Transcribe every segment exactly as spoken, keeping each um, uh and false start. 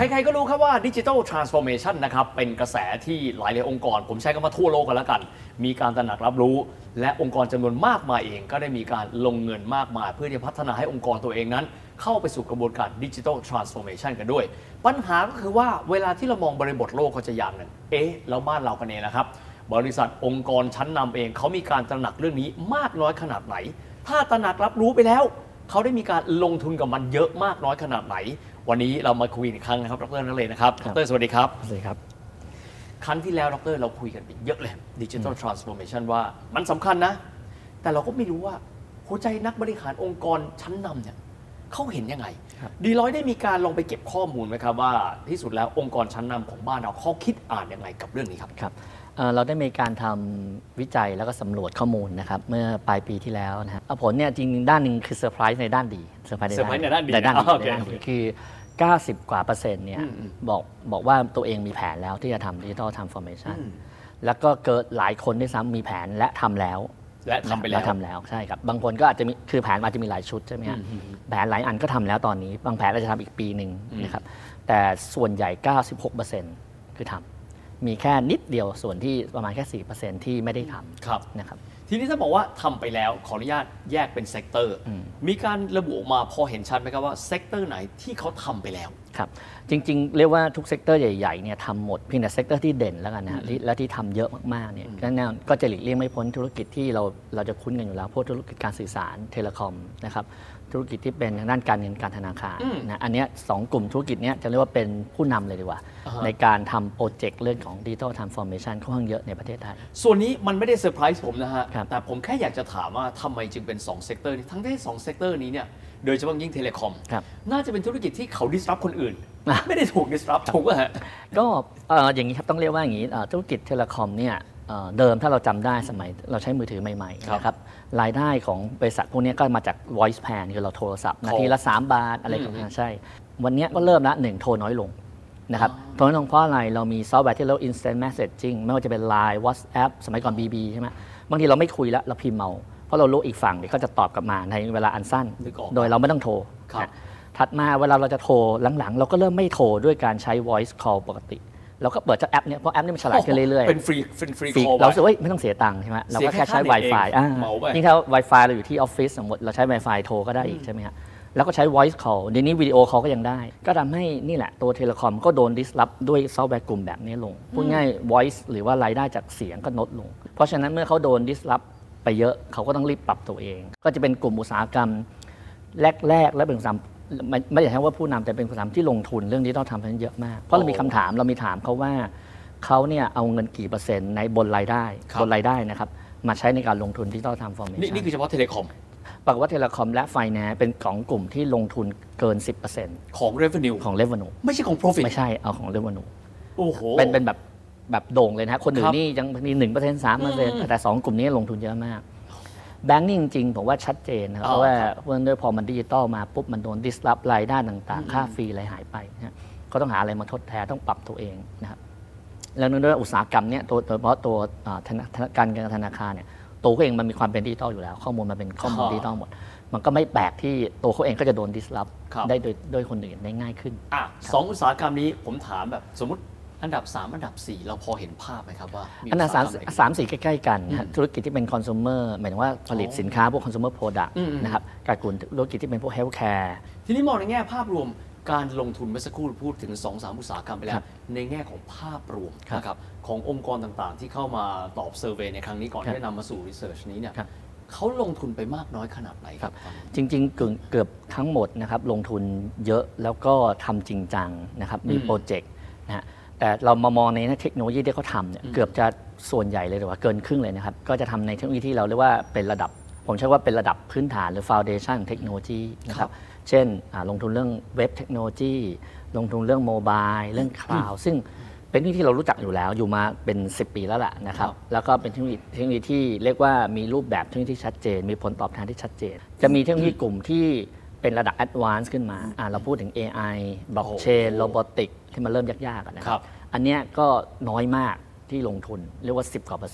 ใครๆก็รู้ครับว่า Digital Transformation นะครับเป็นกระแสที่หลายๆองค์กรผมใช้คำว่าทั่วโลกกันแล้วกันมีการตระหนักรับรู้และองค์กรจำนวนมากมายเองก็ได้มีการลงเงินมากมายเพื่อที่จะพัฒนาให้องค์กรตัวเองนั้นเข้าไปสู่กระบวนการ Digital Transformation กันด้วยปัญหาก็คือว่าเวลาที่เรามองบริบทโลกเขาจะอย่างหนึ่งเอ๊ะแล้วบ้านเรากันเองนะครับบริษัทองค์กรชั้นนำเองเขามีการตระหนักเรื่องนี้มากน้อยขนาดไหนถ้าตระหนักรับรู้ไปแล้วเขาได้มีการลงทุนกับมันเยอะมากน้อยขนาดไหนวันนี้เรามาคุยอีกครั้งนะครับดร.นเรศนะครับดร.สวัสดีครับสวัสดีครับครั้งที่แล้วดร.เราคุยกันเยอะเลย Digital Transformation ว่ามันสำคัญนะแต่เราก็ไม่รู้ว่าหัวใจนักบริหารองค์กรชั้นนำเนี่ยเขาเห็นยังไงดีลอยได้มีการลองไปเก็บข้อมูลไหมครับว่าที่สุดแล้วองค์กรชั้นนำของบ้านเราเขาคิดอ่านยังไงกับเรื่องนี้ครับครับเราได้มีการทำวิจัยแล้วก็สำรวจข้อมูลนะครับเมื่อปลายปีที่แล้วนะฮะผลเนี่ยจริงด้านหนึ่งคือเซอร์ไพรส์ในด้านดีเซอร์ไพรส์ในด้านดีในด้านดีในด้านดีคือเก้าสิบกว่าเปอร์เซ็นต์เนี่ยบอกบอกว่าตัวเองมีแผนแล้วที่จะทำ Digital Transformation แล้วก็เกิดหลายคนด้วยซ้ำมีแผนและทำแล้วและทำไปแล้วทำแล้วใช่ครับบางคนก็อาจจะมีคือแผนอาจจะมีหลายชุดใช่ไหมฮะแผนหลายอันก็ทำแล้วตอนนี้บางแผนเราจะทำอีกปีหนึ่งนะครับแต่ส่วนใหญ่ เก้าสิบหกเปอร์เซ็นต์ คือทำมีแค่นิดเดียวส่วนที่ประมาณแค่ สี่เปอร์เซ็นต์ ที่ไม่ได้ทำนะครับทีนี้ถ้าบอกว่าทำไปแล้วขออนุญาตแยกเป็นเซกเตอร์มีการระบุออกมาพอเห็นชัดไหมครับว่าเซกเตอร์ไหนที่เขาทำไปแล้วครับจริงๆเรียกว่าทุกเซกเตอร์ใหญ่ๆเนี่ยทำหมดเพียงแต่เซกเตอร์ที่เด่นแล้วกันนะและที่ทำเยอะมากๆเนี่ยก็จะหลีกเลี่ยงไม่พ้นธุรกิจที่เราเราจะคุ้นกันอยู่แล้วพวกธุรกิจการสื่อสารเทเลคอมนะครับธุรกิจที่เป็นทางด้านการเงินการธนาคารนะอันนี้สองกลุ่มธุรกิจนี้จะเรียกว่าเป็นผู้นำเลยดีกว่า uh-huh. ในการทำโปรเจกต์เรื่องของ Digital Transformation ค่อนข้างเยอะในประเทศไทยส่วนนี้มันไม่ได้เซอร์ไพรส์ผมนะฮะแต่ผมแค่อยากจะถามว่าทำไมจึงเป็นสองเซกเตอร์นี้ทั้งที่สองเซกเตอร์นี้เนี่ยโดยเฉพาะยิ่งเทเลคอมน่าจะเป็นธุรกิจที่เขา disrupt คนอื่นไม่ได้ถูก disrupt ถูกป่ะฮะก็อย่างนี้ครับต้องเรียกว่าอย่างนี้ธุรกิจเทเลคอมเนี่ยเดิมถ้าเราจำได้สมัยเราใช้มือถือใหม่ๆนะครับรายได้ของบริษัทพวกนี้ก็มาจาก voice plan คือเราโทรศัพท์นาทีละสามบาทอะไรแบบนี้ใช่วันนี้ก็เริ่มละหนึ่งโทรน้อยลงนะครับโทรน้อยลงเพราะอะไรเรามีซอฟต์แวร์ที่เรียกว่า instant messaging ไม่ว่าจะเป็น ไลน์ WhatsApp สมัยก่อน บี บี ใช่ไหมบางทีเราไม่คุยแล้วเราพิมพ์เอาเพราะเรารู้อีกฝั่งเดี๋ยวเขาจะตอบกลับมาในเวลาอันสั้นโดยเราไม่ต้องโทรถัดมาเวลาเราจะโทรหลังๆเราก็เริ่มไม่โทรด้วยการใช้ voice call ปกติเราก็เปิดเจ้าแอปเนี่ยเพราะแอปนี่มันฉลาดขึ้นเรื่อยๆเป็นฟรีเป็นฟรีคอลเราสึกว่าไม่ต้องเสียตังค์ใช่ไหมเราก็แค่ใช้ Wi-Fi อ่ายิ่งถ้า Wi-Fi เราอยู่ที่ออฟฟิศสมมติเราใช้ Wi-Fi โทรก็ได้อีกใช่ไหมฮะแล้วก็ใช้ voice call เดี๋ยวนี้วิดีโอ call ก็ยังได้ก็ทำให้นี่แหละตัวเทเลคอมก็โดน disrupt ด้วยซอฟต์แวร์กลุ่มแบบนี้ลงพูดง่าย voice หรือว่ารายได้จากเสียงก็ลดลงเพราะฉะนั้นเมื่อเขาโดน disrupt ไปเยอะเขาก็ต้องรีบปรับตัวเองก็จะเป็นกลุ่มอุตสาหกรรมแรกๆและเป็นอุตสาหกรรมไม่อยากใช้ว่าผู้นำแต่เป็นผู้นำที่ลงทุนเรื่องนี้ต้องทำให้เยอะมากเพราะเรามีคำถามเรามีถามเขาว่าเขาเนี่ยเอาเงินกี่เปอร์เซ็นต์ในบนรายได้บนรายได้นะครับมาใช้ในการลงทุนที่ต้องทำฟอร์มชั่นนี่คือเฉพาะเทเลคอมปรากฏว่าเทเลคอมและไฟแนนซ์เป็นของกลุ่มที่ลงทุนเกิน สิบเปอร์เซ็นต์ของ revenue ของ revenue ไม่ใช่ของ profit ไม่ใช่เอาของ revenue โอ้โหเป็นเป็นแบบแบบโด่งเลยนะคนอื่นนี่ยังมี หนึ่งเปอร์เซ็นต์ สามเปอร์เซ็นต์ แต่สองกลุ่มนี้ลงทุนเยอะมากแบงก์นี่จริงๆผมว่าชัดเจนนะครับเพราะว่าเมื่อพอมันดิจิตอลมาปุ๊บมันโดน disrupt รายได้ต่างๆค่าฟรีอะไรหายไปนะก็ต้องหาอะไรมาทดแทนต้องปรับตัวเองนะครับแล้วในเรื่องอุตสาหกรรมเนี่ยตัวโดยเฉพาะตัวการเงินธนาคารเนี่ยตัวเขาเองมันมีความเป็นดิจิตอลอยู่แล้วข้อมูลมันเป็นข้อมูลดิจิตอลหมดมันก็ไม่แปลกที่ตัวเขาเองก็จะโดน disrupt ได้โดยโดยคนอื่นได้ง่ายขึ้นอ่ะสองอุตสาหกรรมนี้ผมถามแบบสมมติอันดับสามอันดับสี่เราพอเห็นภาพไหมครับว่าอันดับสาม สี่ใกล้ๆกันธุรกิจที่เป็น consumer หมายถึงว่าผลิตสินค้าพวก consumer product นะครับกับกลุ่มธุรกิจที่เป็นพวก healthcare ทีนี้มองในแง่ภาพรวมการลงทุนเมื่อสักครู่พูดถึง สองสาม อุตสาหกรรมไปแล้วในแง่ของภาพรวมนะครับขององค์กรต่างๆที่เข้ามาตอบเซอร์เวย์ในครั้งนี้ก่อนที่จะนำมาสู่รีเสิร์ชนี้เนี่ยเขาลงทุนไปมากน้อยขนาดไหนครับจริงๆเกือบทั้งหมดนะครับลงทุนเยอะแล้วก็ทำจริงจังนะครับมีโปรเจกต์นะฮะแต่เรามามองในเทคโนโลยีที่เขาทำเนี่ยเกือบจะส่วนใหญ่เลยหรือว่าเกินครึ่งเลยนะครับก็จะทำในเทคโนโลยีที่เราเรียกว่าเป็นระดับผมใช้ว่าเป็นระดับพื้นฐานหรือ foundation เทคโนโลยีนะครับเช่นลงทุนเรื่องเว็บเทคโนโลยีลงทุนเรื่องโมบายเรื่องคลาวด์ซึ่งเป็นเทคโนโลยีที่เรารู้จักอยู่แล้วอยู่มาเป็นสิบปีแล้วล่ะนะครับแล้วก็เป็นเทคโนโลยีเทคโนโลยีที่เรียกว่ามีรูปแบบเทคโนโลยีที่ชัดเจนมีผลตอบแทนที่ชัดเจนจะมีเทคโนโลยีกลุ่มที่เป็นระดับ advance ขึ้นมาเราพูดถึง เอ ไอ blockchain robotics ที่มันเริ่มยากๆนะครับอันนี้ก็น้อยมากที่ลงทุนเรียกว่าสิบกว่าเปอร์เซ็นต์เอง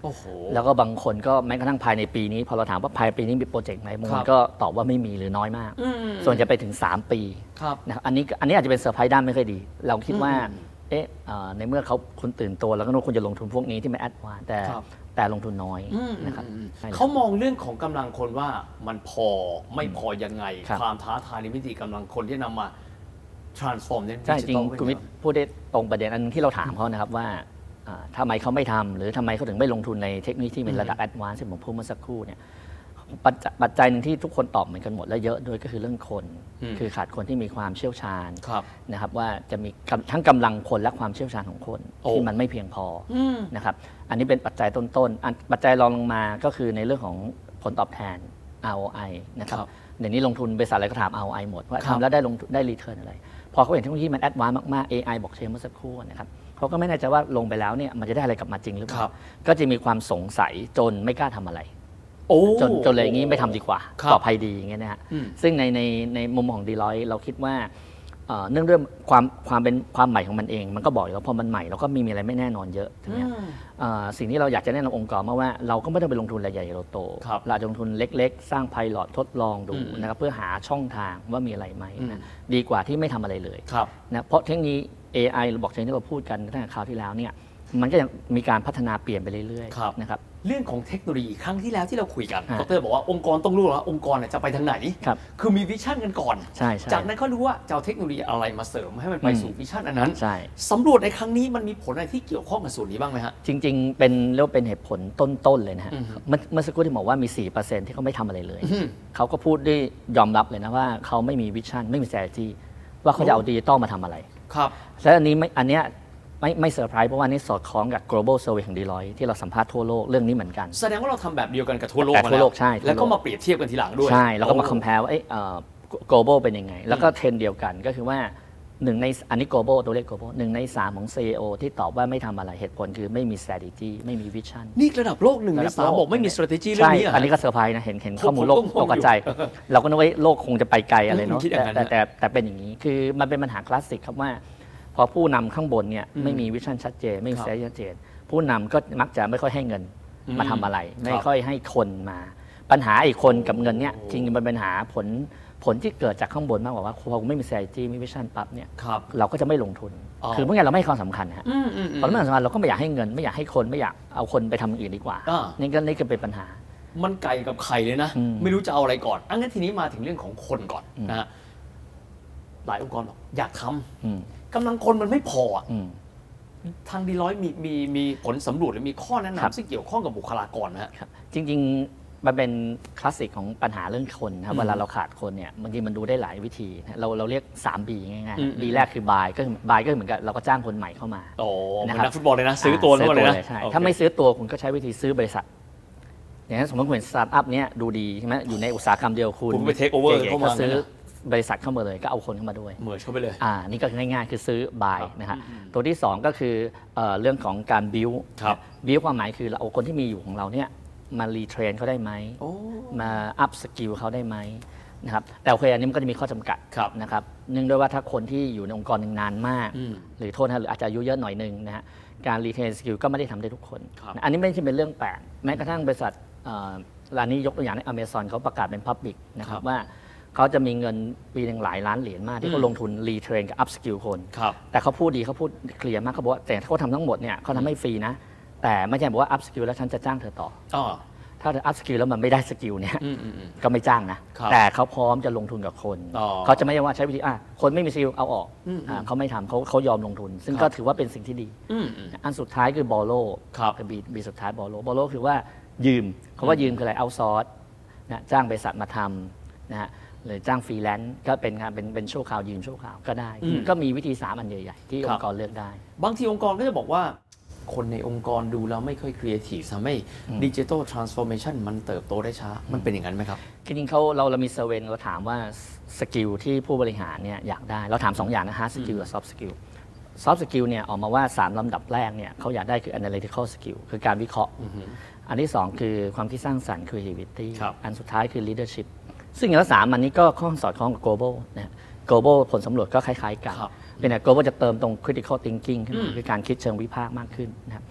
โอ้โหแล้วก็บางคนก็แม้กระทั่งภายในปีนี้พอเราถามว่าภายในปีนี้มีโปรเจกต์ไหมบางคนก็ตอบว่าไม่มีหรือน้อยมากส่วนจะไปถึงสามปีนะครับอันนี้อันนี้อาจจะเป็นเซอร์ไพรส์ด้านไม่ค่อยดีเราคิดว่าเอ๊ะในเมื่อเขาคุณตื่นตัวแล้วก็นู้นคุณจะลงทุนพวกนี้ที่ไม่แอดวานซ์แต่แต่ลงทุนน้อยนะครับเขามองเรื่องของกำลังคนว่ามันพอไม่พอยังไงความท้าทายในมิติกำลังคนที่นำมา transform ใช่จริงคุณวิทย์พูดได้ตรงประเด็นอันที่เราถามเขานะครับว่าทำไมเขาไม่ทำหรือทำไมเขาถึงไม่ลงทุนในเทคโนโลยีที่เป็นระดับแอดวานซ์ที่ผมพูดเมื่อสักครู่เนี่ยปัจจัยหนึ่งที่ทุกคนตอบเหมือนกันหมดและเยอะด้วยก็คือเรื่องคนคือขาดคนที่มีความเชี่ยวชาญนะครับว่าจะมีทั้งกำลังคนและความเชี่ยวชาญของคนที่มันไม่เพียงพอนะครับอันนี้เป็นปัจจัยต้นๆปัจจัยรองลงมาก็คือในเรื่องของผลตอบแทน อาร์ โอ ไอ นะครับเดี๋ยวนี้ลงทุนบริษัทอะไรก็ถาม อาร์ โอ ไอ หมดว่าทำแล้วได้ลงได้รีเทิร์นอะไรพอเขาเห็นเทคโนโลยีมันแอดวานซ์มากๆ เอ ไอ บอกเชนเมื่อสักครู่นะครับเขาก็ไม่แน่ใจว่าลงไปแล้วเนี่ยมันจะได้อะไรกลับมาจริงหรือเปล่าก็จะมีความสงสัยจนไม่กล้าทำอะไรจนจนเลยอย่างนี้ไม่ทำดีกว่าปลอดภัยดีอย่างเงี้ยนะฮะซึ่งในในในมุมของดีลอยต์เราคิดว่าเนื่องด้วยความความเป็นความใหม่ของมันเองมันก็บอกอยู่ว่าพอมันใหม่เราก็มีอะไรไม่แน่นอนเยอะใช่ไหมสิ่งที่เราอยากจะแนะนำองค์กรมาว่าเราก็ไม่ต้องไปลงทุนรายใหญ่เราโตเราจะลงทุนเล็กๆสร้างไพลอตทดลองดูนะครับเพื่อหาช่องทางว่ามีอะไรไหมนะดีกว่าที่ไม่ทำอะไรเลยนะเพราะเทคโนโลยี เอ ไอ หรือบล็อกเชนที่เราพูดกันตั้งแต่คราวที่แล้วเนี่ยมันก็ยังมีการพัฒนาเปลี่ยนไปเรื่อยๆนะครับเรื่องของเทคโนโลยีครั้งที่แล้วที่เราคุยกันดรบอกว่าองค์กรต้องรู้ว่าองค์กรจะไปทางไหนคือมีวิชั่นกันก่อนจากนั้นก็รู้ว่าจะเอาเทคโนโลยีอะไรมาเสริมให้มันไปสู่วิชั่นอันนั้นสำรวจในครั้งนี้มันมีผลอะไรที่เกี่ยวข้องกับส่วนนี้บ้างไหมฮะจริงๆเป็นเรียกว่าเป็นเหตุผลต้นๆเลยนะฮะเมื่อสักครู่ที่บอกว่ามี สี่เปอร์เซ็นต์ ที่เขาไม่ทำอะไรเลยเขาก็พูดได้ยอมรับเลยนะว่าเขาไม่มีวิชั่นไม่มี strategy ว่าเขาจะเอาดิจิตอลมาทำอะไรและอันนี้ไม่อันเนี้ยไม่ไม่เซอร์ไพรส์เพราะว่านี่สอดคล้องกับ global survey ของ Deloitte ที่เราสัมภาษณ์ทั่วโลกเรื่องนี้เหมือนกันแสดงว่าเราทำแบบเดียวกันกับทั่วโลกทั่วโลกใช่แล้วก็มาเปรียบเทียบกันทีหลังด้วยใช่แล้วก็มา compare ว่าเอ๊ะ global เป็นยังไงแล้วก็เทรนด์เดียวกันก็คือว่าหนึ่งในอันนี้ global ตัวเลข global หนึ่งในสามของ ซี อี โอ ที่ตอบว่าไม่ทำอะไรเหตุผลคือไม่มี strategy ไม่มี vision นี่ระดับโลกหนึ่งในสามบอกไม่มี strategy เรื่องนี้อันนี้ก็เซอร์ไพรส์นะเห็นเห็นข้อมูลโลกตกใจเราก็นึกว่าโลกคงจะไปไกลอะไรเนาะแต่แต่แต่เป็นอย่างนี้คือมันเป็นปัญหาคลาสสิกครับว่าพอผู้นำข้างบนเนี่ยไม่มีวิชั่นชัดเจนไม่มีแสดงชัดเจนผู้นำก็มักจะไม่ค่อยให้เงินมาทำอะไรไม่ค่อยให้คนมาปัญหาไอ้คนกับเงินเนี่ยจริงๆมันเป็นปัญหาผลผลที่เกิดจากข้างบนมากกว่าว่าพอไม่มี strategy ไม่มีวิชั่นปั๊บเนี่ยเราก็จะไม่ลงทุนคือเมื่อไงเราไม่ให้ความสำคัญฮะพอไม่ให้ความสำคัญเราก็ไม่อยากให้เงินไม่อยากให้คนไม่อยากเอาคนไปทำอย่างอื่นดีกว่านี่ก็นี่ก็เป็นปัญหามันไกลกับใครเลยนะไม่รู้จะเอาอะไรก่อนอันนั้นทีนี้มาถึงเรื่องของคนก่อนนะฮะหลายองค์กรบอกอยากทำกำลังคนมันไม่พอทางดีลอยต์มีมีมีผลสำรวจหรือมีข้อแนะนำซึ่งเกี่ยวข้องกับบุคลากรไหมครับจริงๆมันเป็นคลาสสิกของปัญหาเรื่องคนครับเวลาเราขาดคนเนี่ยบางทีมันดูได้หลายวิธีเราเราเรียก สาม บี ง่ายๆ บี แรกคือบายก็คือบายก็เหมือนกับเราก็จ้างคนใหม่เข้ามาโอ้นะครับนักฟุตบอลเลยนะซื้อตัวเลยนะถ้าไม่ซื้อตัวคุณก็ใช้วิธีซื้อบริษัทอย่างนั้นสมมติคุณสตาร์ทอัพเนี้ยดูดีใช่ไหมอยู่ในอุตสาหกรรมเดียวคุณคุณไปเทคโอเวอร์เข้ามาซื้อบริษัทเข้ามาเลยก็เอาคนเข้ามาด้วยเหมือนเข้าไปเลยอ่านี่ก็ง่ายๆคือซื้อบายนะฮะตัวที่สองก็คือเรื่องของการบิวบิวความหมายคือเราเอาคนที่มีอยู่ของเราเนี่ยมารีเทรนเขาได้ไหมมาอัพสกิลเขาได้ไหมนะครับแต่โอเคอันนี้มันก็จะมีข้อจำกัดนะครับเนื่องด้วยว่าถ้าคนที่อยู่ในองค์กรนานมากหรือโทษนะหรืออาจจะอายุเยอะหน่อยนึงนะฮะการรีเทนสกิลก็ไม่ได้ทำได้ทุกคนอันนี้ไม่ใช่เป็นเรื่องแปลกแม้กระทั่งบริษัทร้านนี้ยกตัวอย่างใน Amazon เขาประกาศเป็น Public นะครับว่าเขาจะมีเงินปีหนึ่งหลายล้านเหรียญมากที่เขาลงทุนรีเทรนกับอัพสกิลคนแต่เขาพูดดีเขาพูดเคลียร์มากเขาบอกว่าแต่เขาทำทั้งหมดเนี่ยเขาทำให้ฟรีนะแต่ไม่ใช่บอกว่าอัพสกิลแล้วฉันจะจ้างเธอต่อถ้าเธออัพสกิลแล้วมันไม่ได้สกิลเนี่ยก็ไม่จ้างนะแต่เขาพร้อมจะลงทุนกับคนเขาจะไม่ใช่ว่าใช้วิธีอ่ะคนไม่มีสกิลเอาออกเขาไม่ทำเขาเขายอมลงทุนซึ่งก็ถือว่าเป็นสิ่งที่ดีอันสุดท้ายคือบอลโลคือบีบีสุดท้ายบอลโลบอลโลคือว่ายืมเขาว่ายืมคืออะไรเอาซอร์สนะจ้างบริษัทมาทำนะฮะหรือจ้างฟรีแลนซ์ก็เป็นงานเป็นเป็นชั่วคราวยืมชั่วคราวก็ได้ก็มีวิธีสามอันใหญ่ๆที่องค์กรเลือกได้บางทีองค์กรก็จะบอกว่าคนในองค์กรดูแล้วไม่ค่อยครีเอทีฟทำให้ดิจิทัลทรานส์ฟอร์เมชันมันเติบโตได้ช้ามันเป็นอย่างนั้นไหมครับจริงๆเขาเราเรามีเซอร์เวย์เราถามว่าสกิลที่ผู้บริหารเนี่ยอยากได้เราถามสองอย่างนะฮาร์ดสกิลกับซอฟต์สกิลซอฟต์สกิลเนี่ยออกมาว่าสามลำดับแรกเนี่ยเขาอยากได้คือ analytical skill คือการวิเคราะห์อันที่สองคือความคิดสร้างสรรค์ creativity อันสุดท้ายคือ leadership ซึ่งอย่างละสามอันนี้ก็ข้อสอดคล้องกับ global นะ global ผลสำรวจก็คล้ายๆกันเป็นแต่ global จะเติมตรง critical thinking ขึ้นมาคือการคิดเชิงวิพากษ์มากขึ้นนะครับ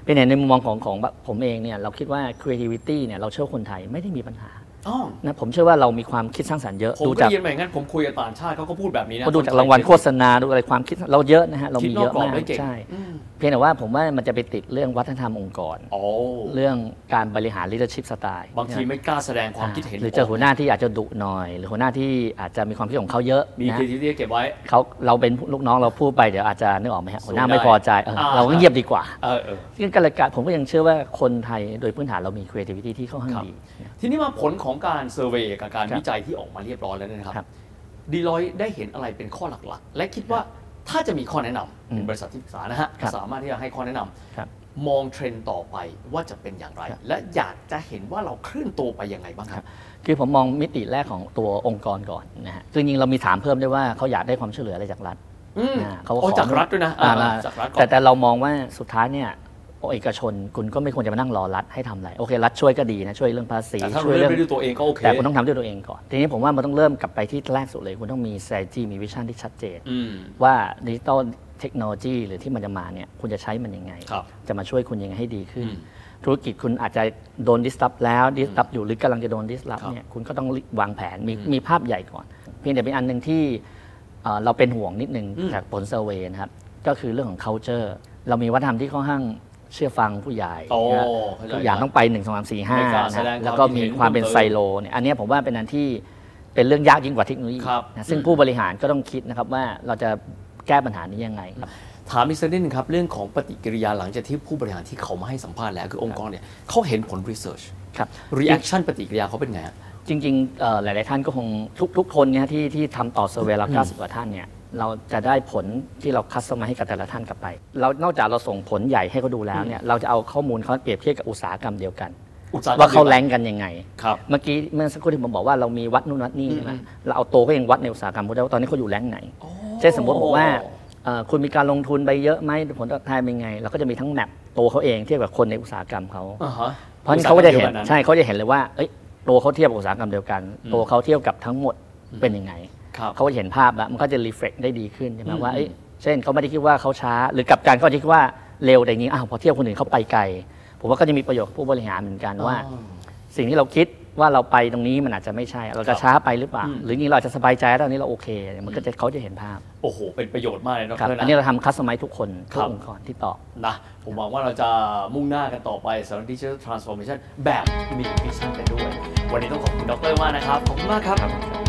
เป็นในมุมมองของของผมเองเนี่ยเราคิดว่า creativity เนี่ยเราเชื่อคนไทยไม่ได้มีปัญหานะผมเชื่อว่าเรามีความคิดสร้างสรรค์เยอะผมก็ยินมาอย่างนั้นผมคุยกับต่างชาติเขาก็พูดแบบนี้นะก็ดูจากรางวัลโฆษณาดูอะไรความคิดเราเยอะนะฮะเรามีเยอะมากใช่เพียงแต่ว่าผมว่ามันจะไปติดเรื่องวัฒนธรรมองค์กรเรื่องการบริหาร leadership style บางทีไม่กล้าแสดงความคิดเห็นหรือเจอหัวหน้าที่อาจจะดุหน่อยหรือหัวหน้าที่อาจจะมีความคิดของเขาเยอะมี creativity เก็บไว้เขาเราเป็นลูกน้องเราพูดไปเดี๋ยวอาจจะนึกออกไหมฮะหัวหน้าไม่พอใจเราก็เงียบดีกว่าซึ่งการละกันผมก็ยังเชื่อว่าคนไทยโดยพื้นฐานเรามี creativity ที่ค่อนข้างดีทีนี้มาผลของการเซอร์เวย์กับการวิจัยที่ออกมาเรียบร้อยแล้วนะครับดีลอยได้เห็นอะไรเป็นข้อหลักๆและคิดว่าถ้าจะมีข้อแนะนำเป็นบริษัทที่ปรึกษานะฮะสามารถที่จะให้ข้อแนะนำมองเทรนด์ต่อไปว่าจะเป็นอย่างไรและอยากจะเห็นว่าเราเคลื่อนตัวไปยังไงบ้างครับคือผมมองมิติแรกของตัวองค์กรก่อนนะฮะจริงๆเรามีถามเพิ่มด้วยว่าเขาอยากได้ความช่วยเหลืออะไรจากรัฐเขาขอจากรัฐด้วยนะแต่แต่เรามองว่าสุดท้ายเนี่ยเอกชนคุณก็ไม่ควรจะมานั่งรอรัฐให้ทำอะไรโอเครัฐช่วยก็ดีนะช่วยเรื่องภาษีช่วยเรื่องด้วยตัวเองก็โอเคแต่คุณต้องทำด้วยตัวเองก่อนทีนี้ผมว่ามันต้องเริ่มกลับไปที่แรกสุดเลยคุณต้องมี strategy มี vision ที่ชัดเจนว่าดิจิตอลเทคโนโลยีหรือที่มันจะมาเนี่ยคุณจะใช้มันยังไงจะมาช่วยคุณยังไงให้ดีขึ้นธุรกิจคุณอาจจะโดน disrupt แล้ว disrupt อยู่หรือกำลังจะโดน disrupt เนี่ยคุณก็ต้องวางแผนมีมีภาพใหญ่ก่อนเพียงแต่เป็นอันนึงที่เราเป็นห่วงนิดนึงจากผลเซอร์เวย์นะครับก็คือเรื่องของ culture เรามีวัฒนธรรมที่ค่อนข้างเชื่อฟังผู้ใหญ่ทุกอย่างต้องไปหนึ่ง สอง สาม สี่ ห้าแล้วก็มีความเป็นไซโลเนี่ยอันนี้ผมว่าเป็นอันที่เป็นเรื่องยากยิ่งกว่าเทคโนโลยีนะซึ่งผู้บริหารก็ต้องคิดนะครับว่าเราจะแก้ปัญหานี้ยังไงถามอีกสักนิดนึงครับเรื่องของปฏิกิริยาหลังจากที่ผู้บริหารที่เขามาให้สัมภาษณ์แล้วคือองค์กรเนี่ยเขาเห็นผล research reaction ปฏิกิริยาเขาเป็นไงจริงๆหลายๆท่านก็คงทุกๆคนเนี่ยที่ที่ทำต่อเซอร์เวย์แล้วเก้าสิบกว่าท่านเนี่ยเราจะได้ผลที่เราคัสตอมไมซ์ให้กับแต่ละท่านกลับไปเรานอกจากเราส่งผลใหญ่ให้เขาดูแล้วเนี่ยเราจะเอาข้อมูลเขาเปรียบเทียบกับอุตสาหกรรมเดียวกันว่าเขาแรงกันยังไงเมื่อกี้เมื่อสักครู่ที่ผมบอกว่าเรามีวัดนู่นวัดนี่ใช่ไหมเราเอาตัวเขาเองวัดในอุตสาหกรรมเขาได้ว่าตอนนี้เขาอยู่แรงไหนเช่นสมมติบอกว่าคุณมีการลงทุนไปเยอะไหมผลตอบแทนเป็นไงเราก็จะมีทั้งแมปตัวเขาเองเทียบกับคนในอุตสาหกรรมเขาเพราะเขาก็จะเห็นใช่เขาจะเห็นเลยว่าตัวเขาเทียบกับอุตสาหกรรมเดียวกันตัวเขาเทียบกับทั้งหมดเป็นยังไงเขาจะเห็นภาพแล้วมันก็จะรีเฟล็กได้ดีขึ้นใช่ไหมว่าเช่นเขาไม่ได้คิดว่าเขาช้าหรือกับการเขาคิดว่าเร็วแต่นี้อ้าวพอเทียบคนอื่นเขาไปไกลผมว่าก็จะมีประโยชน์ผู้บริหารเหมือนกันว่าสิ่งที่เราคิดว่าเราไปตรงนี้มันอาจจะไม่ใช่เราจะช้าไปหรือเปล่าหรือนี่เราจะสบายใจตอนนี้เราโอเคมันก็จะเขาจะเห็นภาพโอ้โหเป็นประโยชน์มากเลยนะอันนี้เราทำคัสตอมไมซ์ทุกคนทุกองค์กรที่ตอบนะผมหวังว่าเราจะมุ่งหน้ากันต่อไปสำหรับ Digital Transformation แบบมีวิชั่นกันด้วยวันนี้ต้องขอบคุณดร.มากนะครับขอบคุณมากครับ